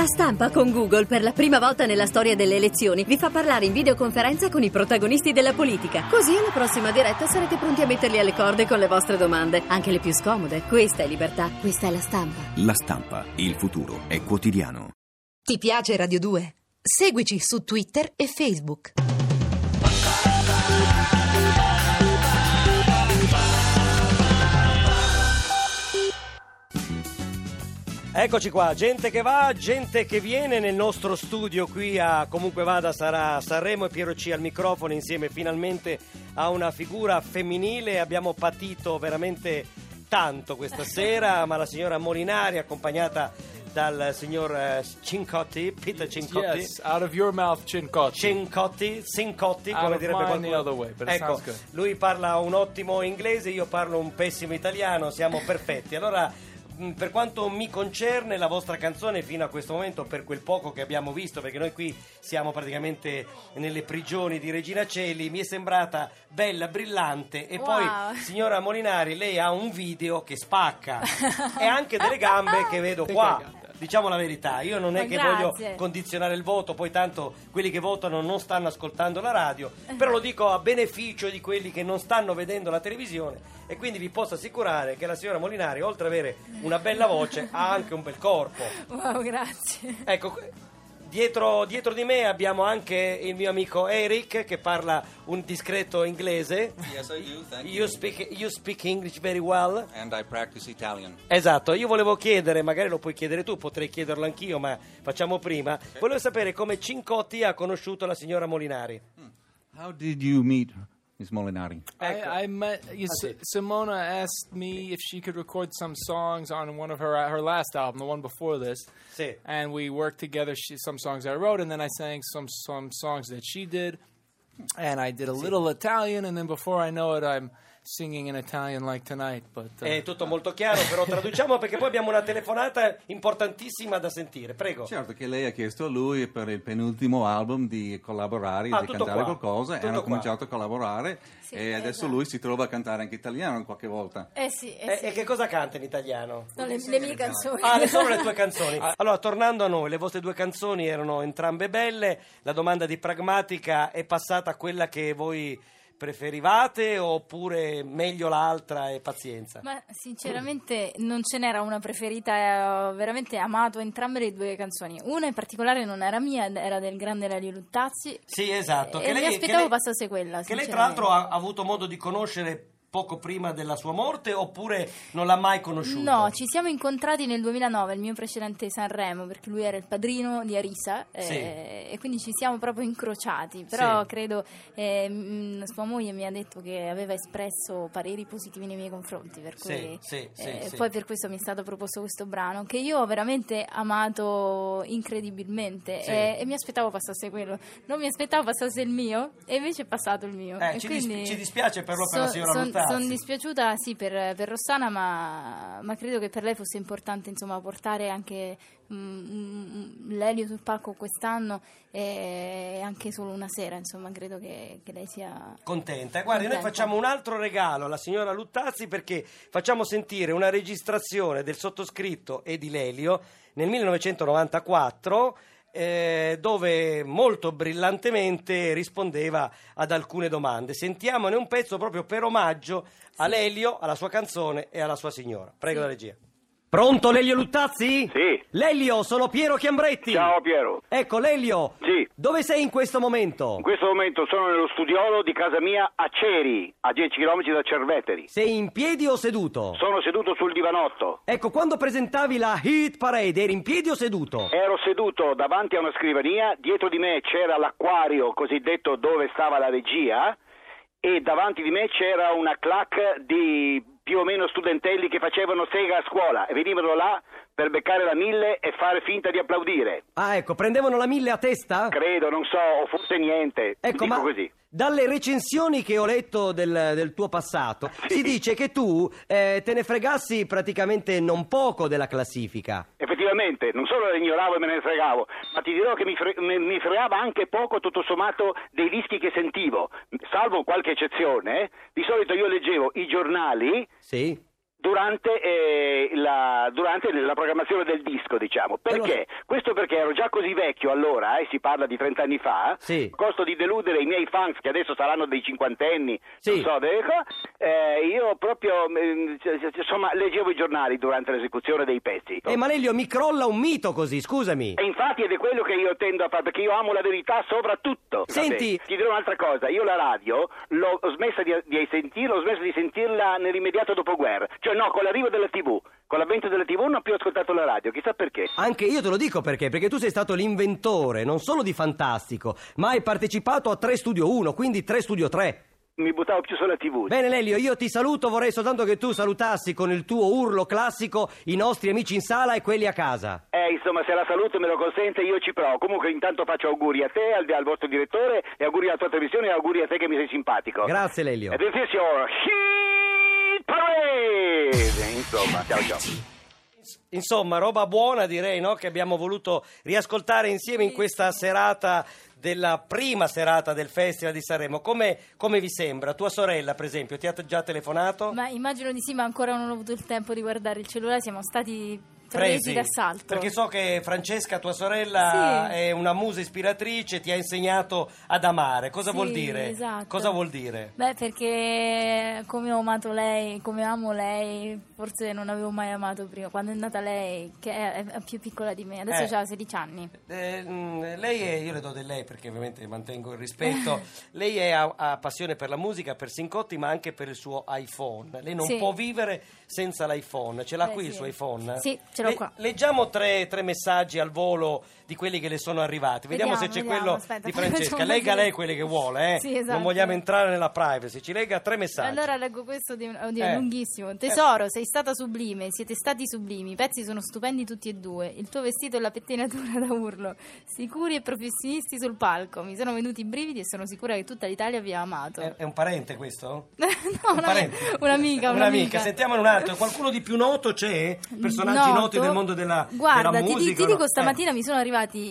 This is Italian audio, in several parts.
Stampa con Google per la prima volta nella storia delle elezioni vi fa parlare in videoconferenza con i protagonisti della politica. Così alla prossima diretta sarete pronti a metterli alle corde con le vostre domande, anche le più scomode. Questa è libertà, questa è La Stampa. La Stampa, il futuro è quotidiano. Ti piace Radio 2? Seguici su Twitter e Facebook. Eccoci qua, gente che va, gente che viene nel nostro studio qui a Comunque Vada sarà Sanremo, e Piero C al microfono insieme finalmente a una figura femminile. Abbiamo patito veramente tanto questa sera, ma la signora Molinari accompagnata dal signor Cincotti, Peter Cincotti. Yes, out of your mouth, Cincotti. Cincotti, Out come of direbbe mine qualcuno. the other way, but it Ecco, sounds good. lui parla un ottimo inglese, io parlo un pessimo italiano, siamo perfetti. Allora, per quanto mi concerne, la vostra canzone fino a questo momento, per quel poco che abbiamo visto, perché noi qui siamo praticamente nelle prigioni di Regina Coeli, mi è sembrata bella, brillante. E Wow. poi, signora Molinari, lei ha un video che spacca e anche delle gambe che vedo qua. Diciamo la verità, io non è Ma che grazie. voglio condizionare il voto, poi tanto quelli che votano non stanno ascoltando la radio, però lo dico a beneficio di quelli che non stanno vedendo la televisione, e quindi vi posso assicurare che la signora Molinari, oltre ad avere una bella voce, ha anche un bel corpo. Wow, grazie. Ecco, dietro di me abbiamo anche il mio amico Eric, che parla un discreto inglese. Yes, I do. Thank you. You speak English very well. And I practice Italian. Esatto, io volevo chiedere, magari lo puoi chiedere tu, potrei chiederlo anch'io, ma facciamo prima. Volevo sapere come Cincotti ha conosciuto la signora Molinari. How did you meet Miss Molinari? Ecco. I met Simona asked me if she could record some songs on one of her last album, the one before this. Sì. And we worked together. Some songs I wrote, and then I sang some songs that she did. And I did a little Italian, and then before I know it, I'm singing in Italian like tonight. But È tutto molto chiaro, però traduciamo perché poi abbiamo una telefonata importantissima da sentire. Prego. Certo che lei ha chiesto a lui per il penultimo album di collaborare, Ah, di tutto cantare qua. qualcosa, e Tutto hanno qua. cominciato a collaborare, Sì, e adesso esatto. lui si trova a cantare anche italiano qualche volta. Sì. E che cosa canta in italiano? No, le mie canzoni. Ah, sono le tue canzoni. Allora, tornando a noi, le vostre due canzoni erano entrambe belle. La domanda di Pragmatica è passata a quella che voi preferivate, oppure meglio l'altra e pazienza? Ma sinceramente non ce n'era una preferita, ho veramente amato entrambe le due canzoni. Una in particolare non era mia, era del grande Lelio Luttazzi. Sì, esatto. E mi aspettavo passasse quella. Che lei tra l'altro ha avuto modo di conoscere poco prima della sua morte, oppure non l'ha mai conosciuto? No, ci siamo incontrati nel 2009, il mio precedente Sanremo, perché lui era il padrino di Arisa, Sì. e quindi ci siamo proprio incrociati. Però Sì. credo sua moglie mi ha detto che aveva espresso pareri positivi nei miei confronti, per cui Sì. poi per questo mi è stato proposto questo brano che io ho veramente amato incredibilmente, Sì. e mi aspettavo passasse quello, non mi aspettavo passasse il mio, e invece è passato il mio. E Ci quindi dispiace per la signora Luttazzi. sono dispiaciuta per Rossana, ma credo che per lei fosse importante, insomma, portare anche Lelio sul palco quest'anno, e anche solo una sera, insomma, credo che lei sia Contenta. Guardi, noi contenta. facciamo un altro regalo alla signora Luttazzi, perché facciamo sentire una registrazione del sottoscritto e di Lelio nel 1994, dove molto brillantemente rispondeva ad alcune domande. Sentiamone un pezzo proprio per omaggio a Lelio, alla sua canzone e alla sua signora. Prego, la regia. Pronto, Lelio Luttazzi? Sì. Lelio, sono Piero Chiambretti. Ciao Piero. Ecco, Lelio. Sì. Dove sei in questo momento? In questo momento sono nello studiolo di casa mia a Ceri, a 10 km da Cerveteri. Sei in piedi o seduto? Sono seduto sul divanotto. Ecco, quando presentavi la Hit Parade, eri in piedi o seduto? Ero seduto davanti a una scrivania, dietro di me c'era l'acquario cosiddetto dove stava la regia, e davanti di me c'era una clac di più o meno studentelli che facevano sega a scuola e venivano là per beccare la 1000 e fare finta di applaudire. Ah, ecco, prendevano la 1000 a testa? Credo, non so, o forse niente. Ecco, dico ma così. dalle recensioni che ho letto del tuo passato, si dice che tu te ne fregassi praticamente non poco della classifica. Effettivamente, non solo la ignoravo e me ne fregavo, ma ti dirò che mi fregava anche poco, tutto sommato, dei dischi che sentivo, salvo qualche eccezione. Di solito io leggevo i giornali Sì? durante la programmazione del disco, diciamo. Perché? Questo perché ero già così vecchio allora, si parla di 30 anni fa, Sì. costo di deludere i miei fans che adesso saranno dei cinquantenni, Sì. non so, io proprio insomma leggevo i giornali durante l'esecuzione dei pezzi. Ma Lelio, mi crolla un mito così, scusami. E infatti ed è quello che io tendo a fare, perché io amo la verità soprattutto. Senti- Vabbè, ti dirò un'altra cosa, io la radio l'ho smessa di sentirla nell'immediato dopoguerra, cioè no, con l'arrivo della TV, con l'avvento della TV non ho più ascoltato la radio, chissà perché. Anche io te lo dico perché tu sei stato l'inventore non solo di Fantastico, ma hai partecipato a 3 Studio 1, quindi 3 Studio 3. Mi buttavo più sulla TV. Bene Lelio, io ti saluto, vorrei soltanto che tu salutassi con il tuo urlo classico i nostri amici in sala e quelli a casa. Insomma, se la salute me lo consente io ci provo. Comunque intanto faccio auguri a te, al vostro direttore, e auguri alla tua televisione e auguri a te che mi sei simpatico. Grazie Lelio. Ed Hit Parade! Insomma, ciao. Insomma, roba buona direi, no? Che abbiamo voluto riascoltare insieme in questa serata della prima serata del Festival di Sanremo. Come vi sembra? Tua sorella, per esempio, ti ha già telefonato? Ma immagino di sì, ma ancora non ho avuto il tempo di guardare il cellulare, siamo stati presi d'assalto. Perché so che Francesca, tua sorella, Sì. è una musa ispiratrice, ti ha insegnato ad amare. Cosa Sì, vuol dire? esatto. Cosa vuol dire? Beh, perché come ho amato lei, come amo lei, forse non avevo mai amato prima. Quando è nata lei, che è più piccola di me, adesso ha 16 anni. Lei è, io le do del lei perché ovviamente mantengo il rispetto. Lei ha passione per la musica, per Sincotti, ma anche per il suo iPhone. Lei non Sì. può vivere senza l'iPhone. Ce l'ha qui sì. il suo iPhone? Sì, ce l'ho qua. Leggiamo tre messaggi al volo di quelli che le sono arrivati. Vediamo se c'è quello aspetta, di Francesca. facciamo Legga così. lei quelli che vuole, Sì, esatto. Non vogliamo entrare nella privacy. Ci legga 3 messaggi. Allora leggo questo è lunghissimo. Tesoro, sei stata sublime, siete stati sublimi, i pezzi sono stupendi tutti e due, il tuo vestito e la pettinatura da urlo, sicuri e professionisti sul palco, mi sono venuti i brividi e sono sicura che tutta l'Italia vi ha amato. È un parente questo? No, Un parente? un'amica. Sentiamone un altro. Qualcuno di più noto c'è? Personaggi noti del mondo della Guarda, musica? ti dico, stamattina mi sono arrivati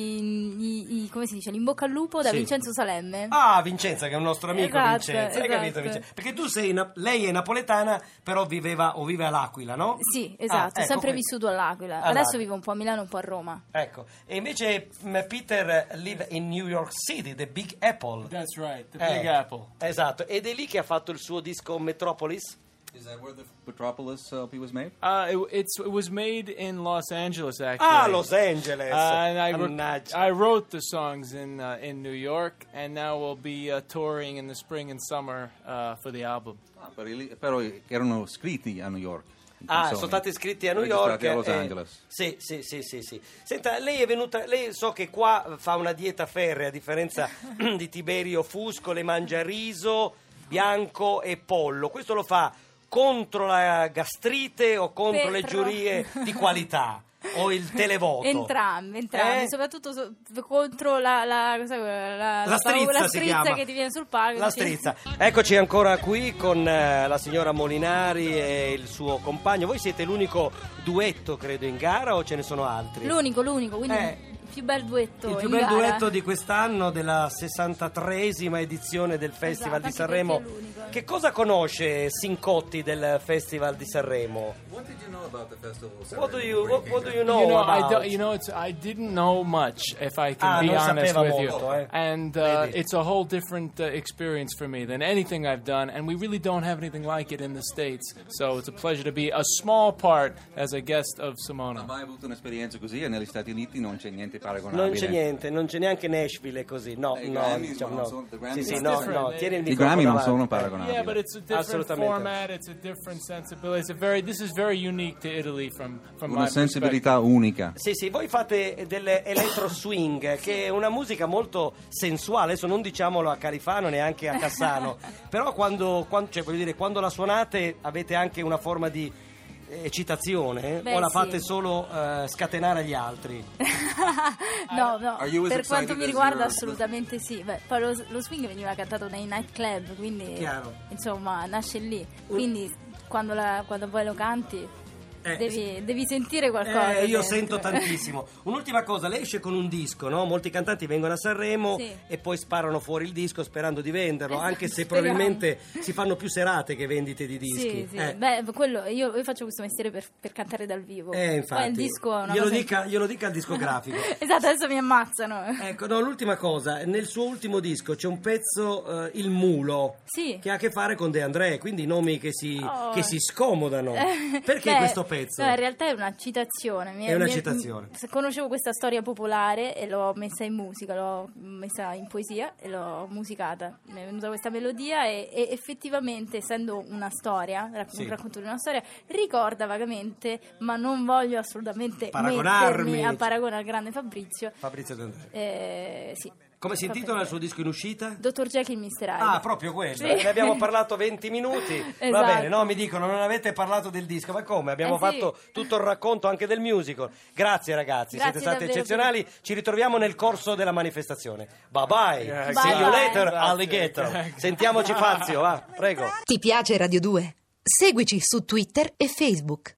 come si dice, l'in bocca al lupo da Sì. Vincenzo Salemme. Ah, Vincenza, che è un nostro amico. Esatto, Vincenzo. Hai capito, esatto. Vincenzo? Perché tu lei è napoletana, però vive all'Aquila, no? Sì, esatto, ho ecco, sempre qui. vissuto all'Aquila. All'Aquila. Adesso vivo un po' a Milano, un po' a Roma. Ecco, e invece Peter live in New York City, the Big Apple. That's right, the Big Apple. Esatto, ed è lì che ha fatto il suo disco Metropolis. Is that where the Metropolis LP was made? It was made in Los Angeles, actually. Ah, Los Angeles. And Mannaggia. I wrote the songs in New York, and now we'll be touring in the spring and summer for the album. Però erano scritti a New York. Sono stati scritti a New York a Los Angeles. Sì. Senta, lei è venuta, lei so che qua fa una dieta ferrea, a differenza di Tiberio Fusco, le mangia riso, bianco e pollo. Questo lo fa contro la gastrite o contro le giurie di qualità? O il televoto? Entrambi, soprattutto contro la strizza che ti viene sul palco. La strizza. Eccoci ancora qui con la signora Molinari e il suo compagno. Voi siete l'unico duetto, credo, in gara o ce ne sono altri? L'unico, quindi il più bel duetto il più in bel gara. duetto di quest'anno, della 63esima edizione del Festival di Sanremo. Che cosa conosce Sincotti del Festival di Sanremo? What did you know about the festival? What do you know about? I didn't know much, if I can be non honest sapeva with molto, you. And Vedi. it's a whole different experience for me than anything I've done, and we really don't have anything like it in the States. So it's a pleasure to be a small part as a guest of Simona. Non hai mai avuto un'esperienza così e negli Stati Uniti non c'è niente paragonabile. Non c'è neanche Nashville così. No, I no, Grammy diciamo non no. sono- the Grammy Sì, sono no, different. tieni il I microfono Grammy non avanti. sono paragonabili. Yeah, but it's a different Assolutamente. format. It's a different sensibility. This is very unique to Italy from Una my sensibilità unica. Sì, voi fate dell'electro swing, che è una musica molto sensuale, adesso non diciamolo a Califano neanche a Cassano, però quando la suonate avete anche una forma di eccitazione, Beh, o la sì. fate solo scatenare gli altri? No, Are you as per excited quanto mi as riguarda your- assolutamente sì. Beh, poi lo swing veniva cantato nei nightclub, quindi Chiaro. insomma nasce lì. Quindi quando poi lo canti devi sentire qualcosa. Io dentro. sento tantissimo. Un'ultima cosa, lei esce con un disco, no? Molti cantanti vengono a Sanremo e poi sparano fuori il disco sperando di venderlo, anche se speriamo. probabilmente si fanno più serate che vendite di dischi. Sì. Beh, quello, io faccio questo mestiere per cantare dal vivo. Infatti. Poi il disco è una glielo dica al discografico. Esatto, adesso mi ammazzano. Ecco, no, l'ultima cosa, nel suo ultimo disco c'è un pezzo, Il Mulo, che ha a che fare con De André, quindi nomi che si scomodano. Perché questo pezzo? No, in realtà è una citazione. È una citazione. Conoscevo questa storia popolare e l'ho messa in musica, l'ho messa in poesia e l'ho musicata. Mi è venuta questa melodia e effettivamente, essendo una storia, un racconto di una storia, ricorda vagamente, ma non voglio assolutamente mettermi a paragonare al grande Fabrizio De André. sì. Come si intitola il suo disco in uscita? Dr. Jekyll e Mr. Hyde. Ah, proprio quello. Sì. Ne abbiamo parlato 20 minuti. Esatto. Va bene, no, mi dicono non avete parlato del disco, ma come? Abbiamo fatto tutto il racconto anche del musical. Grazie ragazzi, siete stati eccezionali. Ci ritroviamo nel corso della manifestazione. Bye bye. See you later, alligator. Sentiamoci Fazio, va, prego. Ti piace Radio 2? Seguici su Twitter e Facebook.